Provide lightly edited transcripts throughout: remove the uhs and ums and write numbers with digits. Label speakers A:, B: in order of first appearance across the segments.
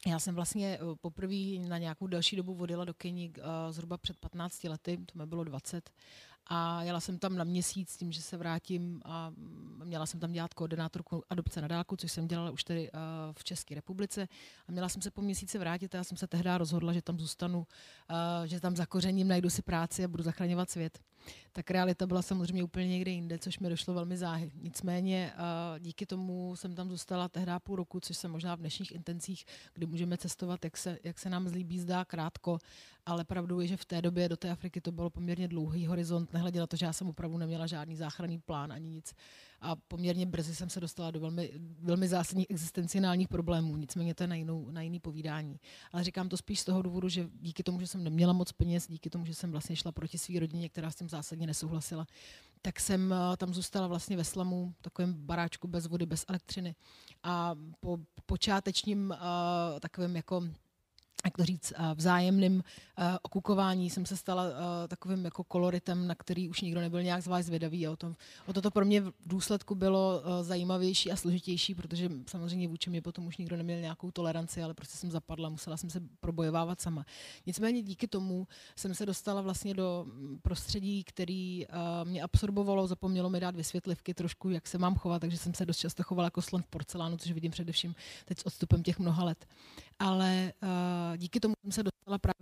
A: Já jsem vlastně poprvé na nějakou delší dobu odjela do Keni zhruba před 15 lety, to mi bylo 20. A jela jsem tam na měsíc s tím, že se vrátím a měla jsem tam dělat koordinátorku adopce na dálku, což jsem dělala už tady v České republice. A měla jsem se po měsíci vrátit a já jsem se tehdy rozhodla, že tam zůstanu, že tam zakořením, najdu si práci a budu zachraňovat svět. Tak realita byla samozřejmě úplně někde jinde, což mi došlo velmi záhy. Nicméně díky tomu jsem tam zůstala tehdy půl roku, což se možná v dnešních intencích, kdy můžeme cestovat, jak se nám zlíbí, zdá krátko, ale pravdou je, že v té době do té Afriky to bylo poměrně dlouhý horizont, nehledě na to, že já jsem opravdu neměla žádný záchranný plán ani nic. A poměrně brzy jsem se dostala do velmi, velmi zásadních existenciálních problémů, nicméně to je na jiný povídání. Ale říkám to spíš z toho důvodu, že díky tomu, že jsem neměla moc peněz, díky tomu, že jsem vlastně šla proti své rodině, která s tím zásadně nesouhlasila, tak jsem tam zůstala vlastně ve slamu, takovém baráčku bez vody, bez elektřiny. A po počátečním takovém jako jak to říct, vzájemným okukování jsem se stala takovým jako koloritem, na který už nikdo nebyl nějak zvlášť zvědavý. A o toto pro mě v důsledku bylo zajímavější a složitější, protože samozřejmě vůči mě potom už nikdo neměl nějakou toleranci, ale prostě jsem zapadla, musela jsem se probojovávat sama. Nicméně díky tomu jsem se dostala vlastně do prostředí, který mě absorbovalo, zapomnělo mi dát vysvětlivky trošku, jak se mám chovat, takže jsem se dost často chovala jako slon v porcelánu, což vidím především teď s odstupem těch mnoha let. Ale díky tomu jsem se dostala právě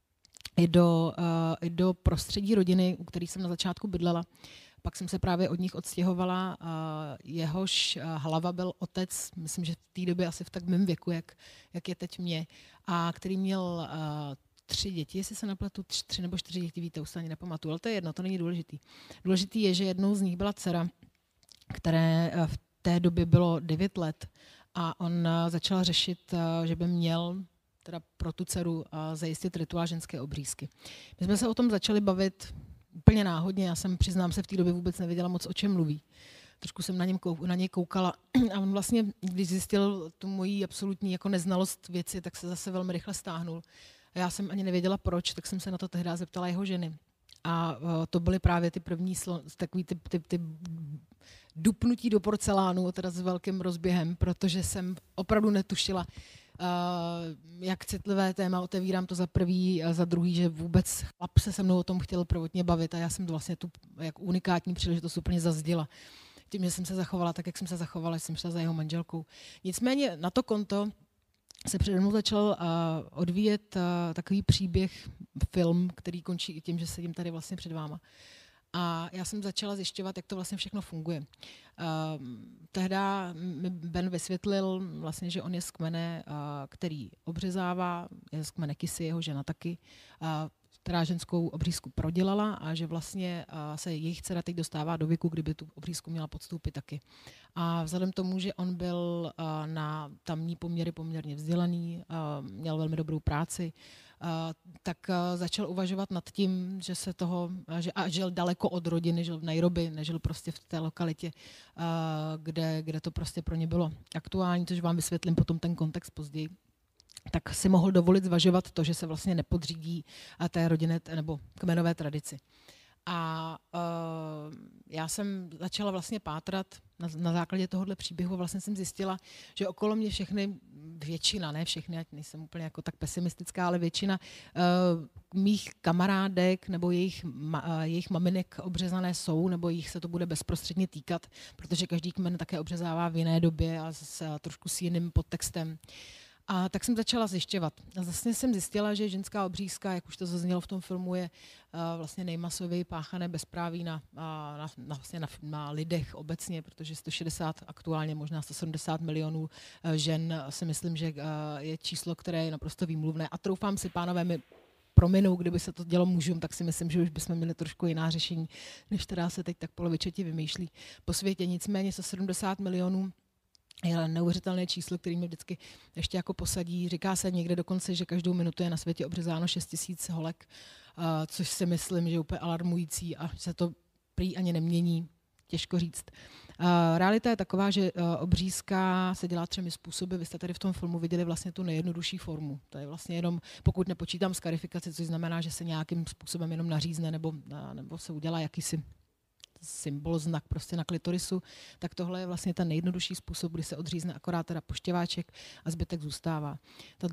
A: i do prostředí rodiny, u kterých jsem na začátku bydlela. Pak jsem se právě od nich odstěhovala. Jehož hlava byl otec, myslím, že v té době asi v tak mém věku, jak je teď mě, a který měl 3 děti, jestli se nepletu, 3 nebo 4 děti, víte, už se ani nepamatuju, ale to je jedno, to není důležitý. Důležitý je, že jednou z nich byla dcera, které v té době bylo 9 let, a on začal řešit, že by měl teda pro tu dceru zajistit rituál ženské obřízky. My jsme se o tom začali bavit úplně náhodně, já jsem, přiznám se, v té době vůbec nevěděla moc, o čem mluví. Trošku jsem na něj koukala a on vlastně, když zjistil tu moji absolutní jako neznalost věci, tak se zase velmi rychle stáhnul. A já jsem ani nevěděla proč, tak jsem se na to tehdy zeptala jeho ženy. A to byly právě ty první takový ty dupnutí do porcelánu, teda s velkým rozběhem, protože jsem opravdu netušila, jak citlivé téma otevírám, to za prvý a za druhý, že vůbec chlap se mnou o tom chtěl prvotně bavit a já jsem to vlastně tu jak unikátní příležitost úplně zazdila. Tím, že jsem se zachovala tak, jak jsem se zachovala, jsem šla za jeho manželkou. Nicméně na to konto se přede mnou začal odvíjet takový příběh, film, který končí i tím, že sedím tady vlastně před váma. A já jsem začala zjišťovat, jak to vlastně všechno funguje. Tehdy mi Ben vysvětlil, vlastně, že on je z kmene, který obřezává, je z kmene Kisy, jeho žena taky, která ženskou obřízku prodělala a že vlastně se jejich dcera teď dostává do věku, kdyby tu obřízku měla podstoupit taky. A vzhledem k tomu, že on byl na tamní poměry poměrně vzdělaný, měl velmi dobrou práci, tak začal uvažovat nad tím, že se toho, a žil daleko od rodiny, žil v Nairobi, nežil prostě v té lokalitě, kde to prostě pro ně bylo aktuální, což vám vysvětlím potom ten kontext později. Tak si mohl dovolit zvažovat to, že se vlastně nepodřídí té rodinné nebo kmenové tradici. A já jsem začala vlastně pátrat na základě tohohle příběhu. Vlastně jsem zjistila, že okolo mě většina, ne všechny, ať nejsem úplně jako tak pesimistická, ale většina mých kamarádek nebo jejich maminek obřezané jsou, nebo jich se to bude bezprostředně týkat, protože každý kmen také obřezává v jiné době a trošku s jiným podtextem. A tak jsem začala zjišťovat. A vlastně jsem zjistila, že ženská obřízka, jak už to zaznělo v tom filmu, je vlastně nejmasověji páchané bezpráví na lidech obecně, protože 160, aktuálně možná 170 milionů žen si myslím, že je číslo, které je naprosto výmluvné. A troufám si, pánové, mi prominou, kdyby se to dělo mužům, tak si myslím, že už bychom měli trošku jiná řešení, než která se teď tak polovičatě vymýšlí po světě. Nicméně 170 milionů je neuvěřitelné číslo, který mě vždycky ještě jako posadí. Říká se někde dokonce, že každou minutu je na světě obřezáno 6 000 holek, což si myslím, že je úplně alarmující a se to prý ani nemění, těžko říct. Realita je taková, že obřízka se dělá 3 způsoby. Vy jste tady v tom filmu viděli vlastně tu nejjednodušší formu. To je vlastně jenom, pokud nepočítám skarifikaci, což znamená, že se nějakým způsobem jenom nařízne nebo se udělá jakýsi symbol, znak prostě na klitorisu, tak tohle je vlastně ten nejjednodušší způsob, kdy se odřízne akorát teda poštěváček a zbytek zůstává. Ta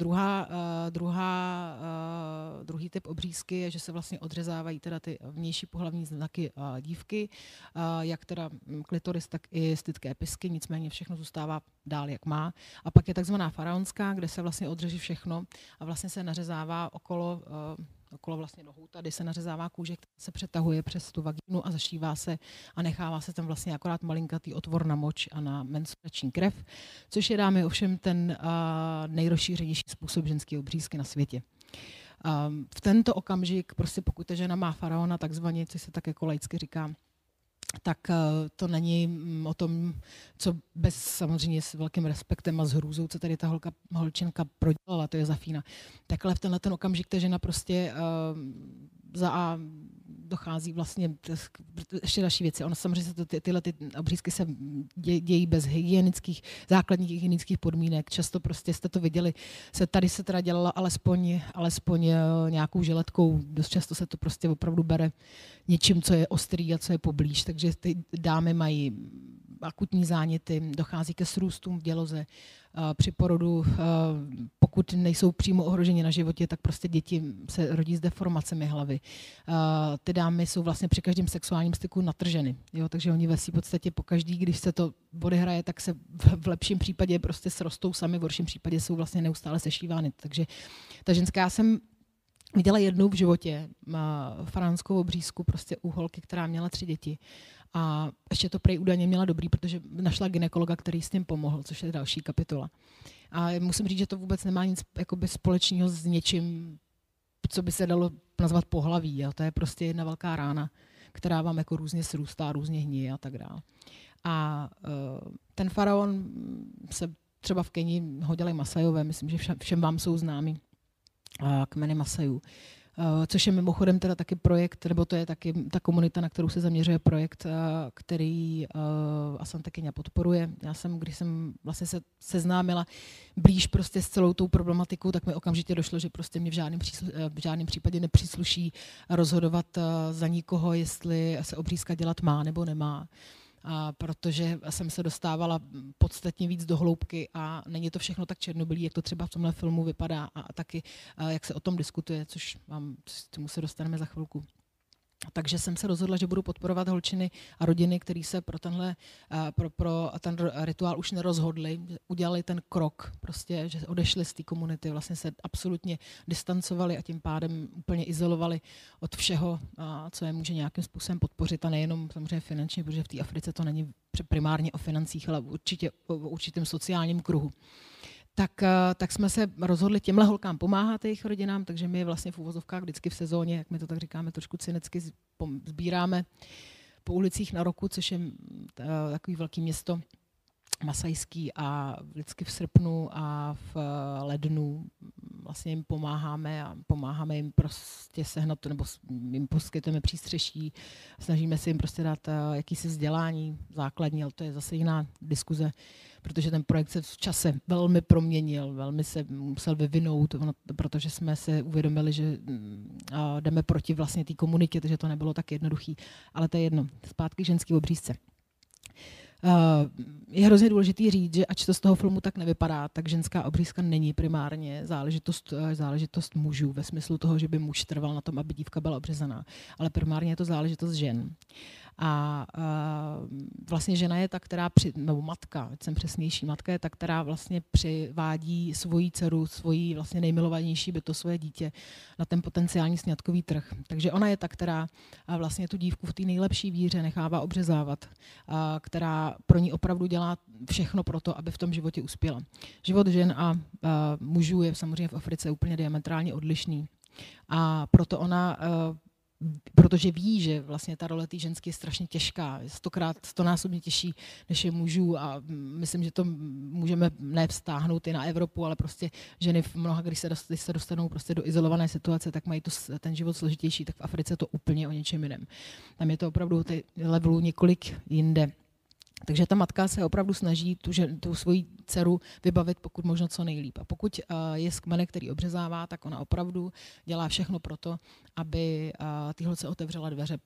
A: druhý typ obřízky je, že se vlastně odřezávají teda ty vnější pohlavní znaky dívky, jak teda klitoris, tak i stytké pisky, nicméně všechno zůstává dál, jak má. A pak je takzvaná faraonská, kde se vlastně odřeží všechno a vlastně se nařezává okolo vlastně nohou, tady se nařezává kůže, která se přetahuje přes tu vagínu a zašívá se a nechává se tam vlastně akorát malinkatý otvor na moč a na menstruační krev, což je, dámy, ovšem ten nejrozšířenější způsob ženské obřízky na světě. V tento okamžik, prostě pokud ta žena má faraona takzvaně, což se tak jako laicky říká, tak to není o tom, co samozřejmě s velkým respektem a s hrůzou, co tady ta holčinka prodělala, to je Zafína. Takhle v tenhle ten okamžik ta žena prostě dochází vlastně ještě další věci. Ono samozřejmě se tyhle obřízky se dějí bez základních hygienických podmínek. Často prostě jste to viděli, tady se teda dělala alespoň nějakou žiletkou. Dost často se to prostě opravdu bere něčím, co je ostrý a co je poblíž. Takže ty dámy mají akutní záněty, dochází ke srůstům v děloze. Při porodu, pokud nejsou přímo ohroženi na životě, tak prostě děti se rodí s deformacemi hlavy. Ty dámy jsou vlastně při každém sexuálním styku natrženy. Jo? Takže oni ve v podstatě pokaždý, když se to odehraje, tak se v lepším případě prostě srostou sami, v horším případě jsou vlastně neustále sešívány. Takže ta ženská, já jsem viděla jednou v životě faraonskou obřízku prostě u holky, která měla 3 děti. A ještě to prej údajně měla dobrý, protože našla gynekologa, který s tím pomohl, což je další kapitola. A musím říct, že to vůbec nemá nic jakoby společného s něčím, co by se dalo nazvat pohlaví. A to je prostě jedna velká rána, která vám jako různě srůstá, různě hníje a tak dále. A ten faraon se třeba v Keni ho dělají Masajové, myslím, že všem vám jsou známí kmeny Masajů. Což je mimochodem teda taky projekt, nebo to je taky ta komunita, na kterou se zaměřuje projekt, který Asante Kenya podporuje. Když jsem vlastně se seznámila blíž prostě s celou tou problematikou, tak mi okamžitě došlo, že prostě mě v žádném případě nepřísluší rozhodovat za nikoho, jestli se obřízka dělat má nebo nemá. Protože jsem se dostávala podstatně víc do hloubky a není to všechno tak černobílé, jak to třeba v tomhle filmu vypadá a taky jak se o tom diskutuje, což k tomu se dostaneme za chvilku. Takže jsem se rozhodla, že budu podporovat holčiny a rodiny, které se pro ten rituál už nerozhodly, udělali ten krok, prostě, že odešli z té komunity, vlastně se absolutně distancovali a tím pádem úplně izolovali od všeho, co je může nějakým způsobem podpořit a nejenom samozřejmě finančně, protože v té Africe to není primárně o financích, ale určitě o určitém sociálním kruhu. Tak jsme se rozhodli těmhle holkám pomáhat jejich rodinám, takže my vlastně v uvozovkách vždycky v sezóně, jak my to tak říkáme, trošku cynicky sbíráme po ulicích na Roku, což je takový velký město masajský, a vždycky v srpnu a v lednu vlastně jim pomáháme jim prostě sehnat, nebo jim poskytujeme přístřeší, snažíme se jim prostě dát jakýsi vzdělání základní, ale to je zase jiná diskuze, protože ten projekt se v čase velmi proměnil, velmi se musel vyvinout, protože jsme se uvědomili, že jdeme proti vlastně té komunitě, takže to nebylo tak jednoduchý, ale to je jedno. Zpátky ženský obřízce. Je hrozně důležitý říct, že ač to z toho filmu tak nevypadá, tak ženská obřízka není primárně záležitost mužů ve smyslu toho, že by muž trval na tom, aby dívka byla obřezaná, ale primárně je to záležitost žen. A vlastně žena je ta, nebo matka, ať jsem přesnější, matka je ta, která vlastně přivádí svoji dceru, svoji vlastně nejmilovanější byto, svoje dítě na ten potenciální sňatkový trh. Takže ona je ta, která vlastně tu dívku v té nejlepší víře nechává obřezávat, která pro ní opravdu dělá všechno pro to, aby v tom životě uspěla. Život žen a mužů je samozřejmě v Africe úplně diametrálně odlišný. A protože ví, že vlastně ta role té ženské je strašně těžká, je 100násobně těžší, než je mužů, a myslím, že to můžeme nevztáhnout i na Evropu, ale prostě ženy v mnoha, když se dostanou prostě do izolované situace, tak mají ten život složitější, tak v Africe to úplně o něčem jiném. Tam je to opravdu ty levelů několik jinde. Takže ta matka se opravdu snaží tu svoji dceru vybavit pokud možno co nejlíp. A pokud je z kmene, který obřezává, tak ona opravdu dělá všechno pro to, aby téhle se otevřela dveře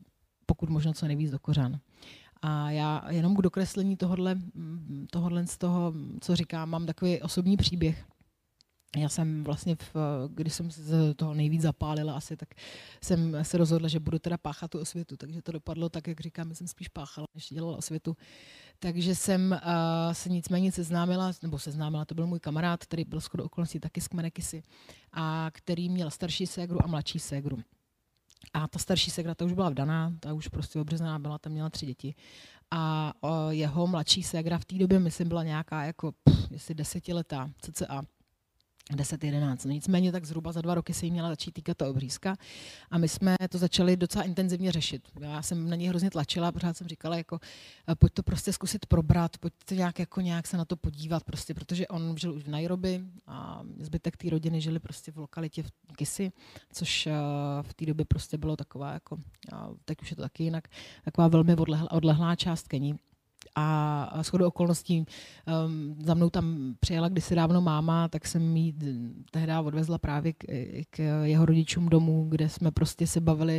A: pokud možno co nejvíc do kořán. A já jenom k dokreslení tohohle z toho, co říkám, mám takový osobní příběh. Já jsem vlastně, když jsem se toho nejvíc zapálila asi, tak jsem se rozhodla, že budu teda páchat tu osvětu. Takže to dopadlo tak, jak říkám, jsem spíš páchala, než dělala osvětu. Takže jsem se nicméně seznámila, to byl můj kamarád, který byl shodou okolností taky z kmene Kisy, a který měl starší ségru a mladší ségru. A ta starší ségra, ta už byla vdaná, ta už prostě obřezaná byla, ta měla 3 děti. A jeho mladší ségra v té době, myslím, byla nějaká jako, jestli 10letá, cca. 10-11. No nicméně tak zhruba za 2 roky se jí měla začít týkat ta obřízka a my jsme to začali docela intenzivně řešit. Já jsem na něj hrozně tlačila, pořád jsem říkala, jako, pojď to prostě zkusit probrat, pojď to nějak se na to podívat, prostě, protože on žil už v Nairobi a zbytek té rodiny žili prostě v lokalitě v Kisii, což v té době prostě bylo taková, jako, teď už je to taky jinak, taková velmi odlehlá část Keni. A shodou okolností za mnou tam přijela kdysi dávno máma, tak jsem jí tehdy odvezla právě k jeho rodičům domů, kde jsme prostě se bavili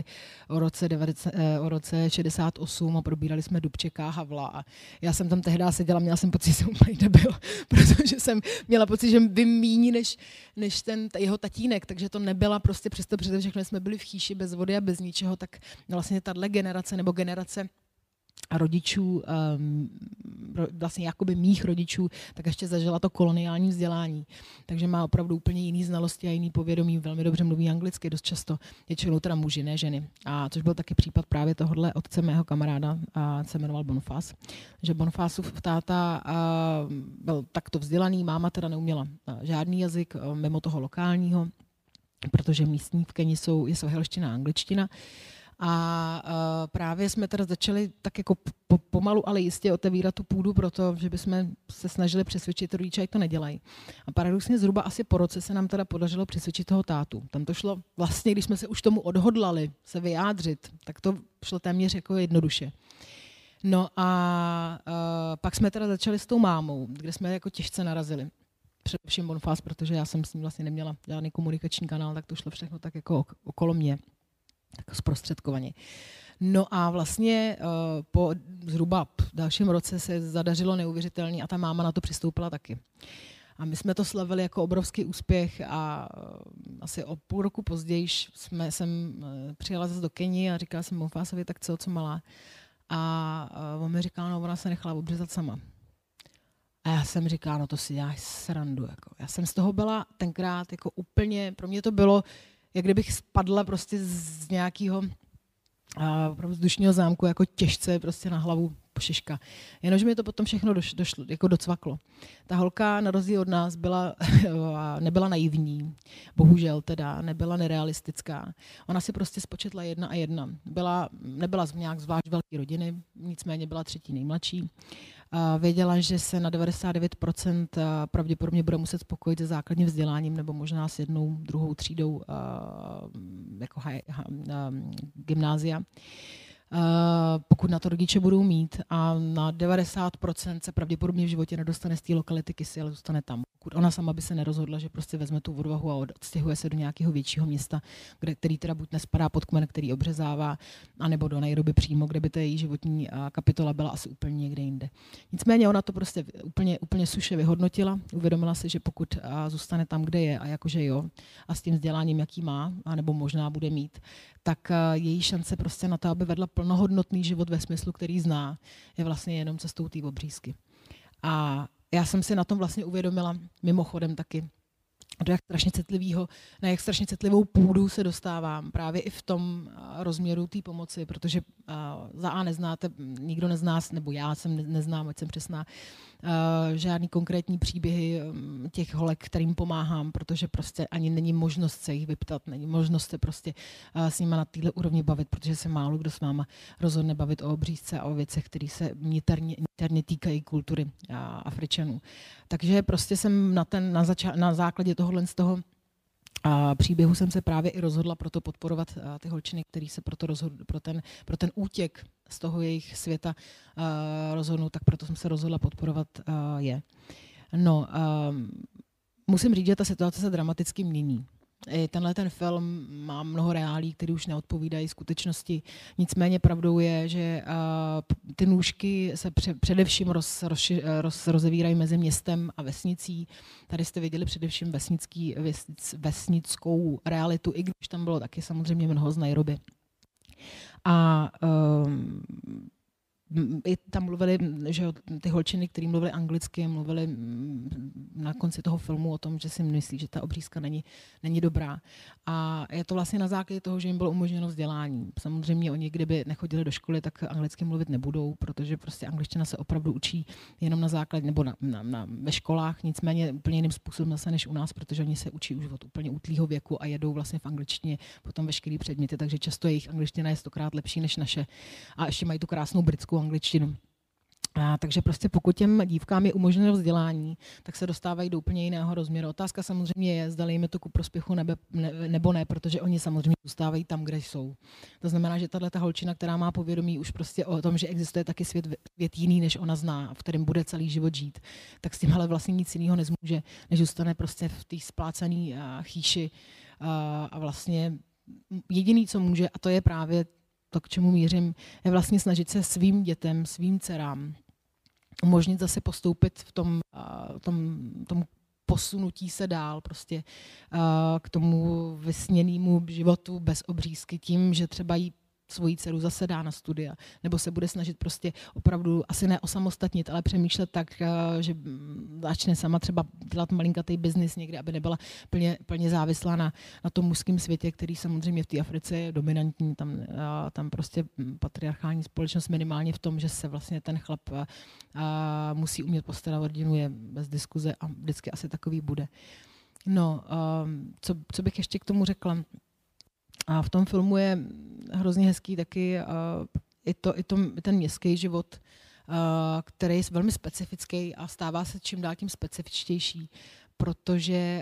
A: o roce 68 a probírali jsme Dubčeka, Havla. A já jsem tam tehdy seděla, měla jsem pocit, že jsem úplně debil, protože jsem měla pocit, že vím míň než ten jeho tatínek, takže to nebyla prostě přesto všechno jsme byli v chýši bez vody a bez ničeho, tak vlastně tahle generace nebo generace a rodičů, vlastně jakoby mých rodičů, tak ještě zažila to koloniální vzdělání. Takže má opravdu úplně jiný znalosti a jiný povědomí, velmi dobře mluví anglicky, dost často, většinou teda muži, ne ženy. A což byl taky případ právě tohohle otce mého kamaráda, a se jmenoval Bonifác. Že Bonifácův táta byl takto vzdělaný, máma teda neuměla žádný jazyk mimo toho lokálního, protože místní v Keni je svahelština a angličtina. A právě jsme teda začali tak jako pomalu, ale jistě otevírat tu půdu proto, že bychom se snažili přesvědčit rodiče, jak to nedělají. A paradoxně zhruba asi po roce se nám teda podařilo přesvědčit toho tátu. Tam to šlo vlastně, když jsme se už tomu odhodlali se vyjádřit, tak to šlo téměř jako jednoduše. No a pak jsme teda začali s tou mámou, kde jsme jako těžce narazili. Především Bonifác, protože já jsem s ním vlastně neměla žádný komunikační kanál, tak to šlo všechno tak jako okolo mě. Tak zprostředkovaně. No a vlastně po zhruba dalším roce se zadařilo neuvěřitelně a ta máma na to přistoupila taky. A my jsme to slavili jako obrovský úspěch a asi o půl roku později jsem přijela zase do Keni a říkala jsem Bonifácovi, tak co malá. A on mi říkal, no ona se nechala obřezat sama. A já jsem říkala, no to si děláš srandu. Jako. Já jsem z toho byla tenkrát jako úplně, pro mě to bylo, jak kdybych spadla prostě z nějakého vzdušního zámku jako těžce prostě na hlavu šiška. Jenomže mi to potom všechno došlo, jako docvaklo. Ta holka na rozdíl od nás nebyla naivní, bohužel teda, nebyla nerealistická. Ona si prostě spočetla 1 a 1. Nebyla z nějak zvlášť velké rodiny, nicméně byla 3. nejmladší. Věděla, že se na 99% pravděpodobně bude muset spokojit se základním vzděláním nebo možná s 1., 2. třídou jako gymnázia. Pokud na to rodiče budou mít a na 90% se pravděpodobně v životě nedostane z té lokality Kisii, ale zůstane tam. Pokud ona sama by se nerozhodla, že prostě vezme tu odvahu a odstěhuje se do nějakého většího města, který teda buď nespadá pod kmen, který obřezává, anebo do Nairobi přímo, kde by ta její životní kapitola byla asi úplně někde jinde. Nicméně ona to prostě úplně suše vyhodnotila, uvědomila si, že pokud zůstane tam, kde je a jakože jo, a s tím vzděláním, jaký má, anebo možná bude mít, tak její šance prostě na to, aby vedla plnohodnotný život ve smyslu, který zná, je vlastně jenom cestou té obřízky. A já jsem si na tom vlastně uvědomila mimochodem taky, na jak strašně citlivou půdu se dostávám právě i v tom rozměru té pomoci, protože za A neznáte, nikdo nezná, nebo já jsem neznám, ať jsem přesná, žádný konkrétní příběhy těch holek, kterým pomáhám, protože prostě ani není možnost se jich vyptat, není možnost se prostě s nimi na této úrovni bavit, protože se málo kdo s váma rozhodne bavit o obřízce a o věcech, které se niterně týkají kultury Afričanů. Takže prostě jsem na základě tohohle z toho příběhu jsem se právě i rozhodla proto podporovat ty holčiny, který se proto pro ten útěk z toho jejich světa rozhodnou, tak proto jsem se rozhodla podporovat je. No, musím říct, že ta situace se dramaticky mění. i tenhle ten film má mnoho reálí, které už neodpovídají skutečnosti. Nicméně pravdou je, že ty nůžky se především rozevírají mezi městem a vesnicí. Tady jste viděli především vesnickou realitu, i když tam bylo taky samozřejmě mnoho z Nairobi. A i tam mluvili, že ty holčiny, které mluvily anglicky, mluvili na konci toho filmu o tom, že si myslí, že ta obřízka není dobrá. A je to vlastně na základě toho, že jim bylo umožněno vzdělání. Samozřejmě oni, kdyby nechodili do školy, tak anglicky mluvit nebudou, protože prostě angličtina se opravdu učí jenom na základě, nebo ve školách, nicméně úplně jiným způsobem zase než u nás, protože oni se učí už od úplně útlýho věku a jedou vlastně v angličtině potom veškerý předměty, takže často jejich angličtina je 100krát lepší než naše. A ještě mají tu krásnou britskou angličtinu. Takže prostě pokud těm dívkám je umožněno vzdělání, tak se dostávají do úplně jiného rozměru. Otázka samozřejmě je, zda jim je to ku prospěchu nebo ne, protože oni samozřejmě zůstávají tam, kde jsou. To znamená, že tato holčina, která má povědomí už prostě o tom, že existuje taky svět jiný, než ona zná, v kterém bude celý život žít, tak s tím ale vlastně nic jiného nezmůže, než zůstane prostě v té splácané chýši a vlastně jediný, co může, a to je právě to, k čemu mířím, je vlastně snažit se svým dětem, svým dcerám umožnit zase postoupit v tom posunutí se dál prostě k tomu vysněnému životu bez obřízky tím, že třeba jí svoji dceru zase dá na studia, nebo se bude snažit prostě opravdu asi ne osamostatnit, ale přemýšlet tak, že začne sama třeba dělat malinkatý biznis někde, aby nebyla plně závislá na tom mužském světě, který samozřejmě v té Africe je dominantní. Tam prostě patriarchální společnost minimálně v tom, že se vlastně ten chlap musí umět postarat o rodinu, je bez diskuze a vždycky asi takový bude. No, co bych ještě k tomu řekla? A v tom filmu je hrozně hezký taky ten městský život, který je velmi specifický a stává se čím dál tím specifičtější, protože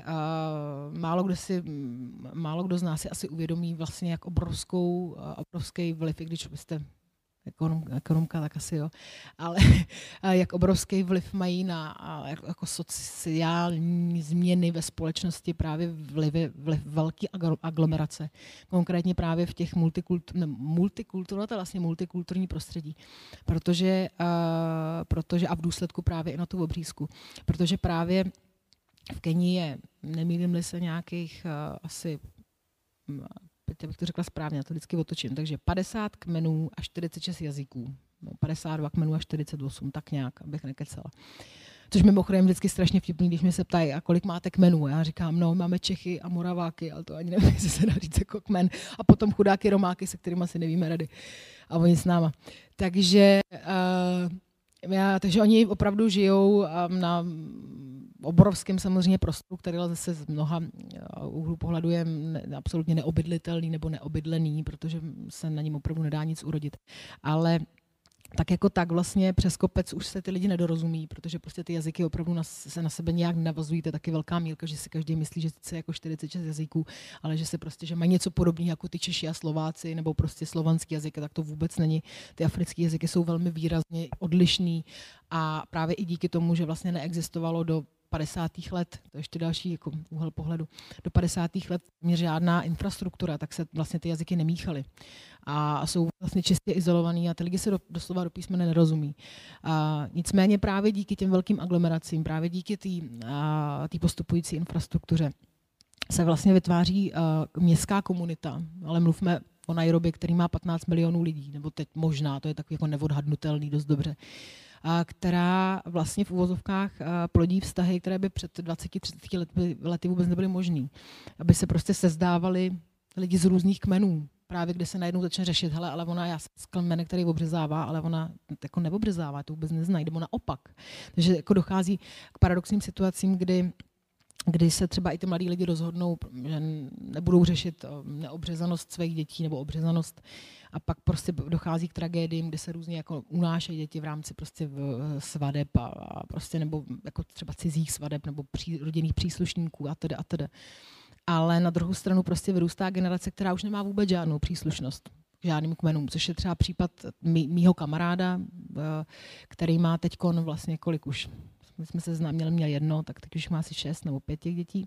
A: málo kdo z nás si asi uvědomí vlastně, jak obrovský vliv, i když jste ekonomka, tak asi jo, ale jak obrovský vliv mají na jako sociální změny ve společnosti právě vliv velké aglomerace. Konkrétně právě v těch multikulturní prostředí. Protože a v důsledku právě i na tu obřízku. Protože právě v Kenii je, nemýlím-li se, nějakých asi, teď bych to řekla správně, já to vždycky otočím, takže 50 kmenů a 46 jazyků. 52 kmenů a 48, tak nějak, abych nekecala. Což mimochodem vždycky strašně vtipný, když mě se ptají, a kolik máte kmenů. Já říkám, no, máme Čechy a Moraváky, ale to ani nevím, jestli se dá říct jako kmen. A potom chudáky Romáky, se kterými si nevíme rady. A oni s náma. Takže oni opravdu žijou na obrovském samozřejmě prostoru, který zase z mnoha úhlů pohledu je absolutně neobydlitelný nebo neobydlený, protože se na něm opravdu nedá nic urodit. Ale tak jako tak vlastně přes kopec už se ty lidi nedorozumí, protože prostě ty jazyky opravdu se na sebe nějak navazují. To je taky velká mýlka, že si každý myslí, že je jako 46 jazyků, ale že se prostě, že mají něco podobného jako ty Češi a Slováci nebo prostě slovanský jazyk, tak to vůbec není. Ty africké jazyky jsou velmi výrazně odlišný a právě i díky tomu, že vlastně neexistovalo do 50. let, to je ještě další jako úhel pohledu, do 50. let mě žádná infrastruktura, tak se vlastně ty jazyky nemíchaly. A jsou vlastně čistě izolovaný a ty lidi se doslova do písmene nerozumí. Nicméně právě díky těm velkým aglomeracím, právě díky té postupující infrastruktuře se vlastně vytváří městská komunita, ale mluvme o Nairobi, který má 15 milionů lidí, nebo teď možná, to je takový jako neodhadnutelný dost dobře, která vlastně v uvozovkách plodí vztahy, které by před 20-30 lety vůbec nebyly možný. Aby se prostě sezdávali lidi z různých kmenů, právě kde se najednou začne řešit, hele, ale já jsem z kmene, který obřezává, ale ona jako neobřezává, to vůbec neznají, nebo naopak. Takže jako dochází k paradoxním situacím, kdy se třeba i ty mladí lidi rozhodnou, že nebudou řešit neobřezanost svých dětí nebo obřezanost a pak prostě dochází k tragédiím, kde se různě jako unášejí děti v rámci prostě svadeb a prostě nebo jako třeba cizích svadeb nebo rodinných příslušníků a tedy. Ale na druhou stranu prostě vyrůstá generace, která už nemá vůbec žádnou příslušnost k žádným kmenům, což je třeba případ mýho kamaráda, který má teďkon vlastně kolik už. My jsme se měl jedno, tak teď už má asi 6 nebo 5 těch dětí.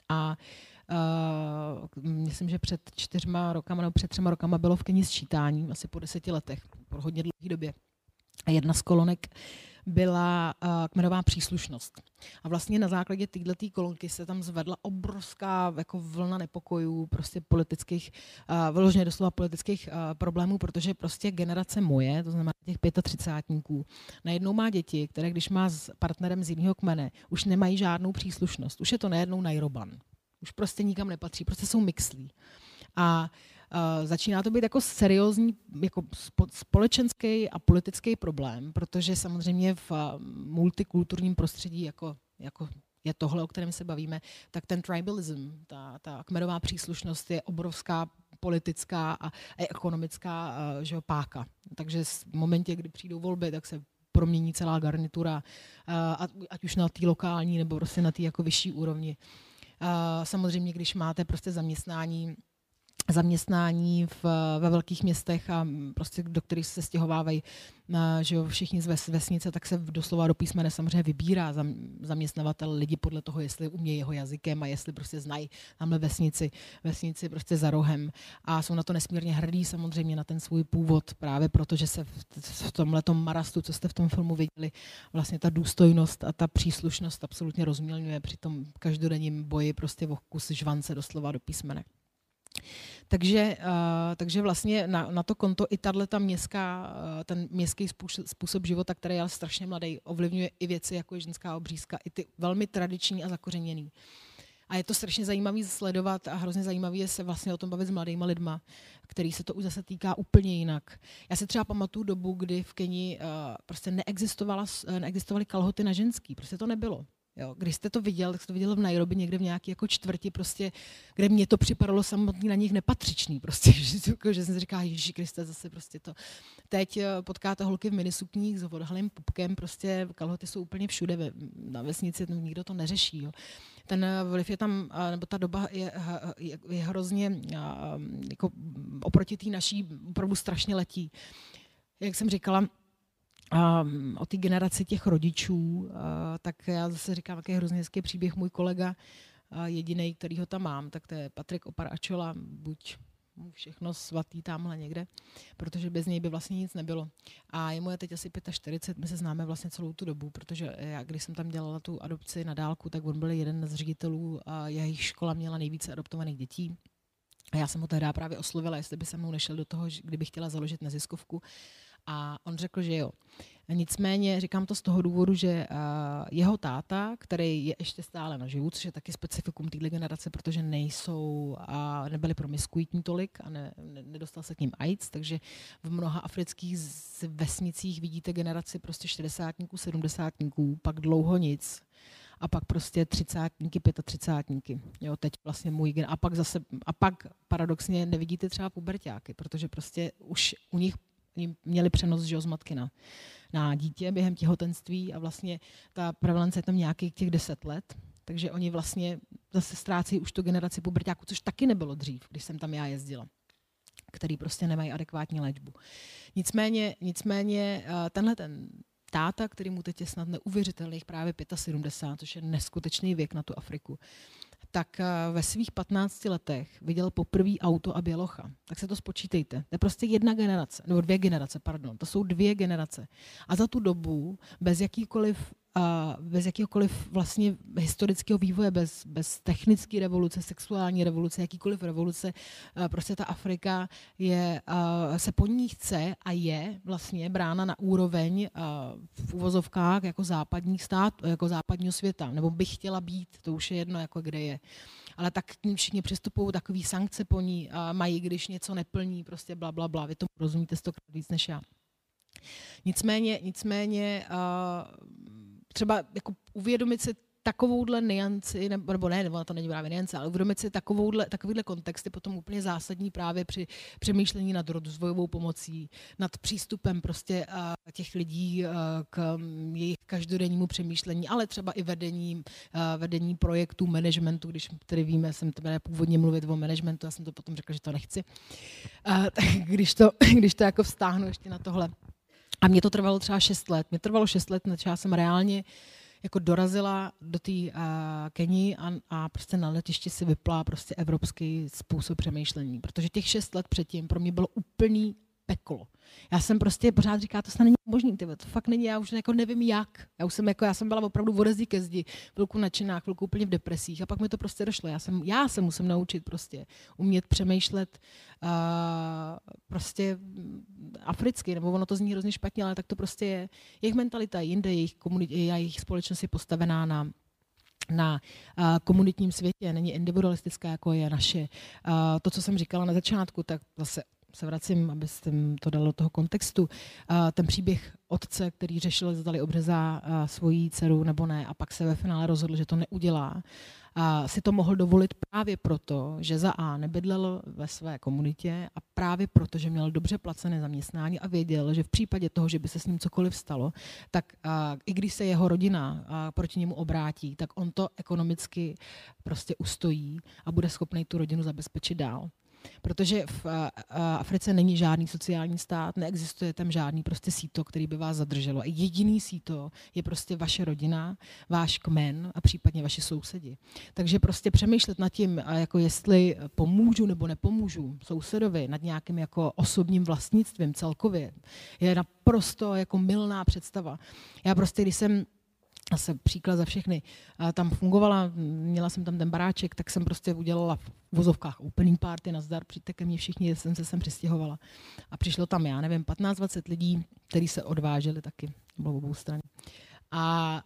A: A myslím, že před 4 rokama nebo před 3 rokama bylo v Keni sčítání, asi po 10 letech, po hodně dlouhé době. A jedna z kolonek byla kmenová příslušnost. A vlastně na základě této kolonky se tam zvedla obrovská jako vlna nepokojů, prostě politických, vyloženě doslova politických problémů, protože prostě generace moje, to znamená těch 35níků, najednou má děti, které když má s partnerem z jiného kmene, už nemají žádnou příslušnost. Už je to najednou Najroban. Už prostě nikam nepatří, prostě jsou mixlí. A začíná to být jako seriózní jako společenský a politický problém, protože samozřejmě v multikulturním prostředí, jako je tohle, o kterém se bavíme, tak ten tribalism, ta kmenová příslušnost je obrovská politická a ekonomická páka. Takže v momentě, kdy přijdou volby, tak se promění celá garnitura, ať už na té lokální nebo prostě na té jako vyšší úrovni. Samozřejmě, když máte prostě zaměstnání ve velkých městech a prostě do kterých se stěhovávají, že jo, všichni z vesnice, tak se doslova do písmene samozřejmě vybírá zaměstnavatel lidi podle toho, jestli umějí jeho jazykem a jestli prostě znají tamhle vesnici prostě za rohem. A jsou na to nesmírně hrdí samozřejmě na ten svůj původ, právě protože se v tomhletom marastu, co jste v tom filmu viděli, vlastně ta důstojnost a ta příslušnost absolutně rozmělňuje při tom každodenním boji prostě o kus žvance doslova do písmene. Takže vlastně na to konto i ten městský způsob života, který je strašně mladý, ovlivňuje i věci, jako je ženská obřízka, i ty velmi tradiční a zakořeněný. A je to strašně zajímavý sledovat a hrozně zajímavý je se vlastně o tom bavit s mladýma lidma, který se to už zase týká úplně jinak. Já si třeba pamatuju dobu, kdy v Keni prostě neexistovaly kalhoty na ženský, prostě to nebylo. Jo, když jste to viděl, tak jste to viděl v Nairobi někde v nějaké jako čtvrti, prostě, kde mě to připadalo samotný na nich nepatřičný. Prostě, že jsem si říkala, Ježíši Kriste, zase prostě to. Teď potkáte holky v minisukních s odhalým pupkem, prostě kalhoty jsou úplně všude, na vesnici nikdo to neřeší. Jo. Ten vliv je tam, nebo ta doba je hrozně, jako oproti té naší opravdu strašně letí. Jak jsem říkala, o té generaci těch rodičů, tak já zase říkám, jaký je hrozně hezký příběh. Můj kolega, jedinej, který ho tam mám, tak to je Patrik Opar-Ačola, buď všechno svatý tamhle někde, protože bez něj by vlastně nic nebylo. A jemu je teď asi 45, my se známe vlastně celou tu dobu, protože já, když jsem tam dělala tu adopci na dálku, tak on byl jeden z ředitelů a jejich škola měla nejvíce adoptovaných dětí. A já jsem ho tehdy právě oslovila, jestli by se mnou nešel do toho, kdyby chtěla založit neziskovku. A on řekl, že jo. Nicméně říkám to z toho důvodu, že jeho táta, který je ještě stále naživu, což je taky specifikum téhle generace, protože nebyli promiskuitní tolik a nedostal se k ním AIDS, takže v mnoha afrických vesnicích vidíte generaci prostě 60níků, 70níků, pak dlouho nic. A pak prostě 30níky, 35níky. Jo, teď vlastně a pak paradoxně nevidíte třeba puberťáky, protože prostě už u nich měli přenos z matky na dítě během těhotenství a vlastně ta prevalence je tam nějakých těch 10 let, takže oni vlastně zase ztrácí už tu generaci puberťáků, což taky nebylo dřív, když jsem tam já jezdila, který prostě nemají adekvátní léčbu. Nicméně tenhle ten táta, který mu teď je snad neuvěřitelných právě 75, což je neskutečný věk na tu Afriku, tak ve svých 15 letech viděl poprvé auto a bělocha. Tak se to spočítejte. To je prostě jedna generace, nebo 2 generace, pardon. To jsou 2 generace. A za tu dobu, bez jakýkoliv vlastně historického vývoje, bez technické revoluce, sexuální revoluce, jakýkoliv revoluce, prostě ta Afrika se po ní chce a je vlastně brána na úroveň v uvozovkách jako západních států, jako západního světa. Nebo by chtěla být, to už je jedno, jako kde je. Ale tak k ní všichni přistupují, takový sankce po ní mají, když něco neplní, prostě bla, bla, bla. Vy to rozumíte 100krát víc než já. Nicméně třeba jako uvědomit si takovouhle nianci, nebo ne, to není právě niance, ale uvědomit si takovýhle kontext je potom úplně zásadní právě při přemýšlení nad rozvojovou pomocí, nad přístupem prostě těch lidí k jejich každodennímu přemýšlení, ale třeba i vedení projektů, managementu, když tedy víme, jsem teda původně mluvit o managementu, já jsem to potom řekla, že to nechci. Tak když to jako vztáhnu ještě na tohle. A mě to trvalo třeba 6 let. Než já jsem reálně jako dorazila do té Keni a prostě na letišti si vypla prostě evropský způsob přemýšlení, protože těch 6 let předtím pro mě bylo úplný peklo. Já jsem prostě pořád říkala, to snad není možný, to fakt není, já už jako nevím jak. Já jsem byla opravdu ode zdi ke zdi, chvilku nadšená, chvilku úplně v depresích a pak mi to prostě došlo. Já se musím naučit prostě umět přemýšlet prostě africky, nebo ono to zní hrozně špatně, ale tak to prostě je. Jejich mentalita jinde, jejich společnost je postavená na komunitním světě, není individualistická, jako je naše. To, co jsem říkala na začátku, tak zase se vracím, abyste to dalo do toho kontextu. Ten příběh otce, který řešil, zdali obřezá svoji dceru nebo ne, a pak se ve finále rozhodl, že to neudělá, si to mohl dovolit právě proto, že za A nebydlel ve své komunitě a právě proto, že měl dobře placené zaměstnání a věděl, že v případě toho, že by se s ním cokoliv stalo, tak i když se jeho rodina proti němu obrátí, tak on to ekonomicky prostě ustojí a bude schopný tu rodinu zabezpečit dál. Protože v Africe není žádný sociální stát, neexistuje tam žádný prostě síto, který by vás zadrželo. A jediný síto je prostě vaše rodina, váš kmen a případně vaši sousedi. Takže prostě přemýšlet nad tím, jako jestli pomůžu nebo nepomůžu sousedovi, nad nějakým jako osobním vlastnictvím celkově, je naprosto jako mylná představa. Já prostě, když jsem zase příklad za všechny, tam fungovala, měla jsem tam ten baráček, tak jsem prostě udělala v vozovkách opening party, nazdar, přijďte ke mně všichni, jsem se sem přistěhovala. A přišlo tam, já nevím, 15-20 lidí, kteří se odváželi taky, bylo obou strany. A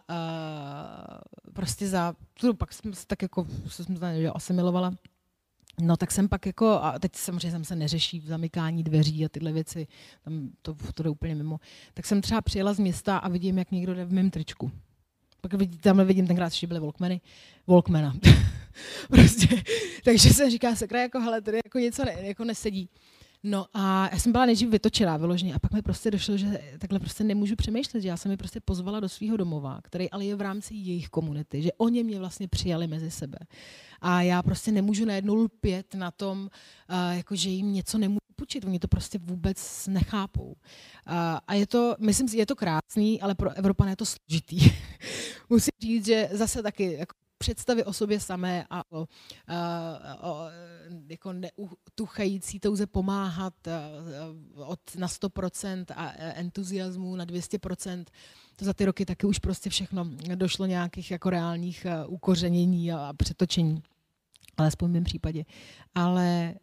A: prostě pak jsem se tak jako, asimilovala. No tak jsem pak jako, a teď samozřejmě jsem se neřeší v zamykání dveří a tyhle věci, tam to jde úplně mimo. Tak jsem třeba přijela z města a vidím, jak někdo jde v mém tričku. Pak tamhle vidím, tenkrát ještě byly Walkmana. Prostě. Takže jsem říká, sakra, jako hele, tady jako něco jako nesedí. No a já jsem byla nejdřív vytočená vyloženě a pak mi prostě došlo, že takhle prostě nemůžu přemýšlet, že já jsem je prostě pozvala do svého domova, který ale je v rámci jejich komunity, že oni mě vlastně přijali mezi sebe. A já prostě nemůžu najednou lpět na tom, jako že jim něco nemůžu půjčit, oni to prostě vůbec nechápou. A je to, myslím si, je to krásný, ale pro Evropana je to složitý. Musím říct, že zase taky jako představy o sobě samé a jako neutuchající touze pomáhat na 100% a entuziasmu na 200%. To za ty roky taky už prostě všechno došlo nějakých jako reálních ukořenění a přetočení. Alespoň v mém případě. Ale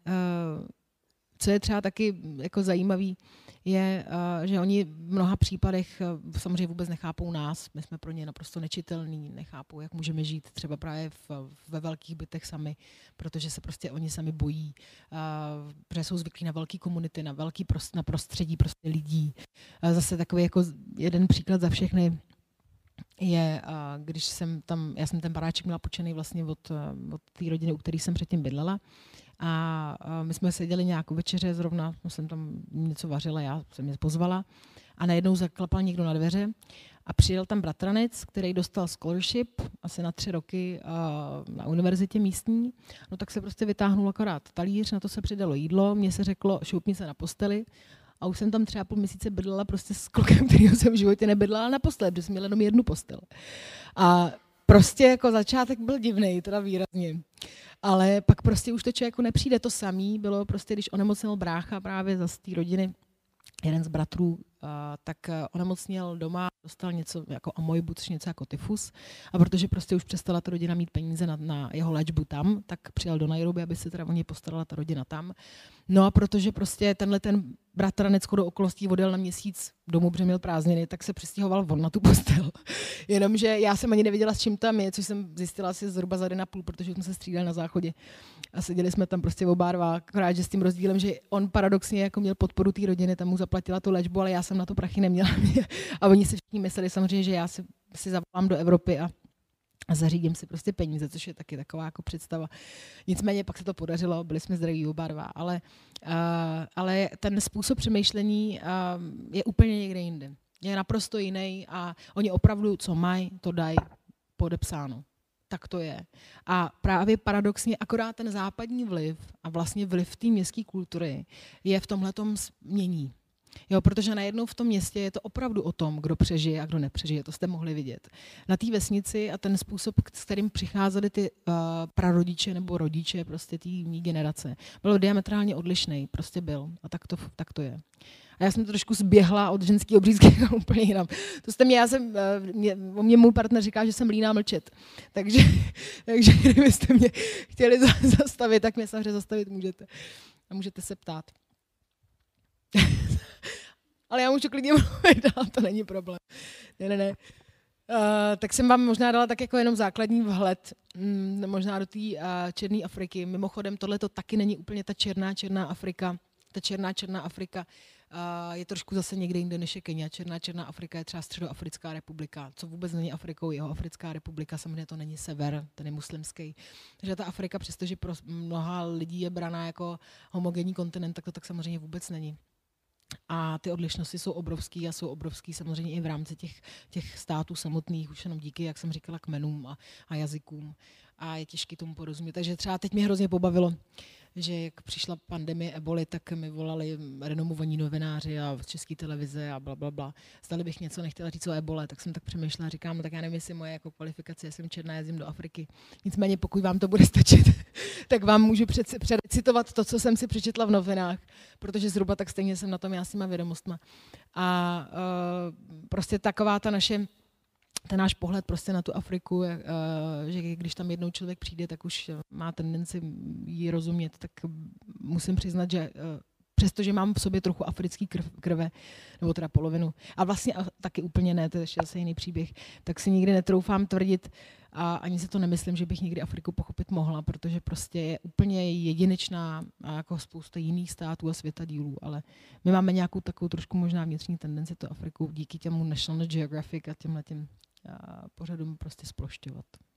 A: co je třeba taky jako zajímavý, je, že oni v mnoha případech samozřejmě vůbec nechápou nás. My jsme pro ně naprosto nečitelní, nechápou, jak můžeme žít třeba právě ve velkých bytech sami, protože se prostě oni sami bojí, protože jsou zvyklí na velké komunity, na prostředí prostě lidí. Zase takový jako jeden příklad za všechny je, když já jsem ten baráček měla půjčený vlastně od té rodiny, u které jsem předtím bydlela. A my jsme seděli nějakou večeře zrovna, jsem tam něco vařila, já jsem je pozvala a najednou zaklapal někdo na dveře a přijel tam bratranec, který dostal scholarship asi na 3 roky na univerzitě místní. No tak se prostě vytáhnul akorát talíř, na to se přidalo jídlo, mně se řeklo, šoupni se na posteli. A už jsem tam 3,5 měsíce bydlela prostě s klukem, kterýho jsem v životě nebydlela na posteli, protože jsem měla jenom jednu postel. A prostě jako začátek byl divnej, teda výrazně. Ale pak prostě už to člověku nepřijde to samý. Bylo prostě, když onemocněl brácha právě z té rodiny, jeden z bratrů, tak onemocněl doma, dostal něco jako amoebu, což něco jako tyfus. A protože prostě už přestala ta rodina mít peníze na jeho léčbu tam, tak přijel do Nairobi, aby se teda o něj postarala ta rodina tam. No a protože prostě ten bratranec do okolností odjel na měsíc domů, protože měl prázdniny, tak se přestěhoval on na tu postel. Jenomže já jsem ani nevěděla, s čím tam je, což jsem zjistila asi zhruba za 1,5, protože jsme se střídali na záchodě. A seděli jsme tam prostě oba dva, akorát, že s tím rozdílem, že on paradoxně jako měl podporu té rodiny, tam mu zaplatila tu léčbu, ale já jsem na to prachy neměla. A oni si všichni mysleli samozřejmě, že já si zavolám do Evropy a zařídím si prostě peníze, což je taky taková jako představa. Nicméně pak se to podařilo, byli jsme zdraví oba dva, ale ten způsob přemýšlení je úplně někde jinde. Je naprosto jiný a oni opravdu, co mají, to dají podepsáno. Tak to je. A právě paradoxně akorát ten západní vliv a vlastně vliv té městské kultury je v tomhletom mění. Jo, protože najednou v tom městě je to opravdu o tom, kdo přežije a kdo nepřežije. To jste mohli vidět. Na té vesnici a ten způsob, s kterým přicházeli ty prarodiče nebo rodiče prostě té mý generace, byl diametrálně odlišný. Prostě byl. A tak to je. A já jsem to trošku zběhla od ženský obřízky úplně jinam. To jste o mě můj partner říká, že jsem líná mlčet. Takže kdybyste mě chtěli zastavit, tak mě samozřejmě zastavit můžete. A můžete se ptát. Ale já můžu klidně mluvit dál, to není problém. Ne. Tak jsem vám možná dala tak jako jenom základní vhled možná do té černé Afriky. Mimochodem, tohle to taky není úplně ta černá Afrika. Ta černá Afrika je trošku zase někde jinde než je Kenia. Černá Afrika je třeba Středoafrická republika, co vůbec není Afrikou. Jihoafrická republika, samozřejmě to není sever, ten je muslimský. Takže ta Afrika, přestože pro mnoha lidí je braná jako homogenní kontinent, tak to tak samozřejmě vůbec není. A ty odlišnosti jsou obrovský a jsou obrovský samozřejmě i v rámci těch států samotných, už jenom díky, jak jsem říkala, kmenům a jazykům. A je těžké tomu porozumět. Takže třeba teď mě hrozně pobavilo, že jak přišla pandemie eboli, tak mi volali renomovaní novináři a z České televize a blablabla. Zdali bych něco nechtěla říct o ebole, tak jsem tak přemýšlela, říkám, no tak já nevím, jestli moje jako kvalifikace, já jsem černá, jezdím do Afriky. Nicméně, pokud vám to bude stačit, tak vám můžu přerecitovat to, co jsem si přečetla v novinách, protože zhruba tak stejně jsem na tom já s těma vědomostma. A prostě taková ten náš pohled prostě na tu Afriku, že když tam jednou člověk přijde, tak už má tendenci ji rozumět, tak musím přiznat, že přestože mám v sobě trochu africký krve, nebo teda polovinu, a vlastně taky úplně ne, to je ještě zase jiný příběh, tak si nikdy netroufám tvrdit a ani si to nemyslím, že bych někdy Afriku pochopit mohla, protože prostě je úplně jedinečná a jako spousta jiných států a světadílů, ale my máme nějakou takovou trošku možná vnitřní tendenci to Afriku díky těmu National Geographic a těmhletěm pořadům prostě splošťovat.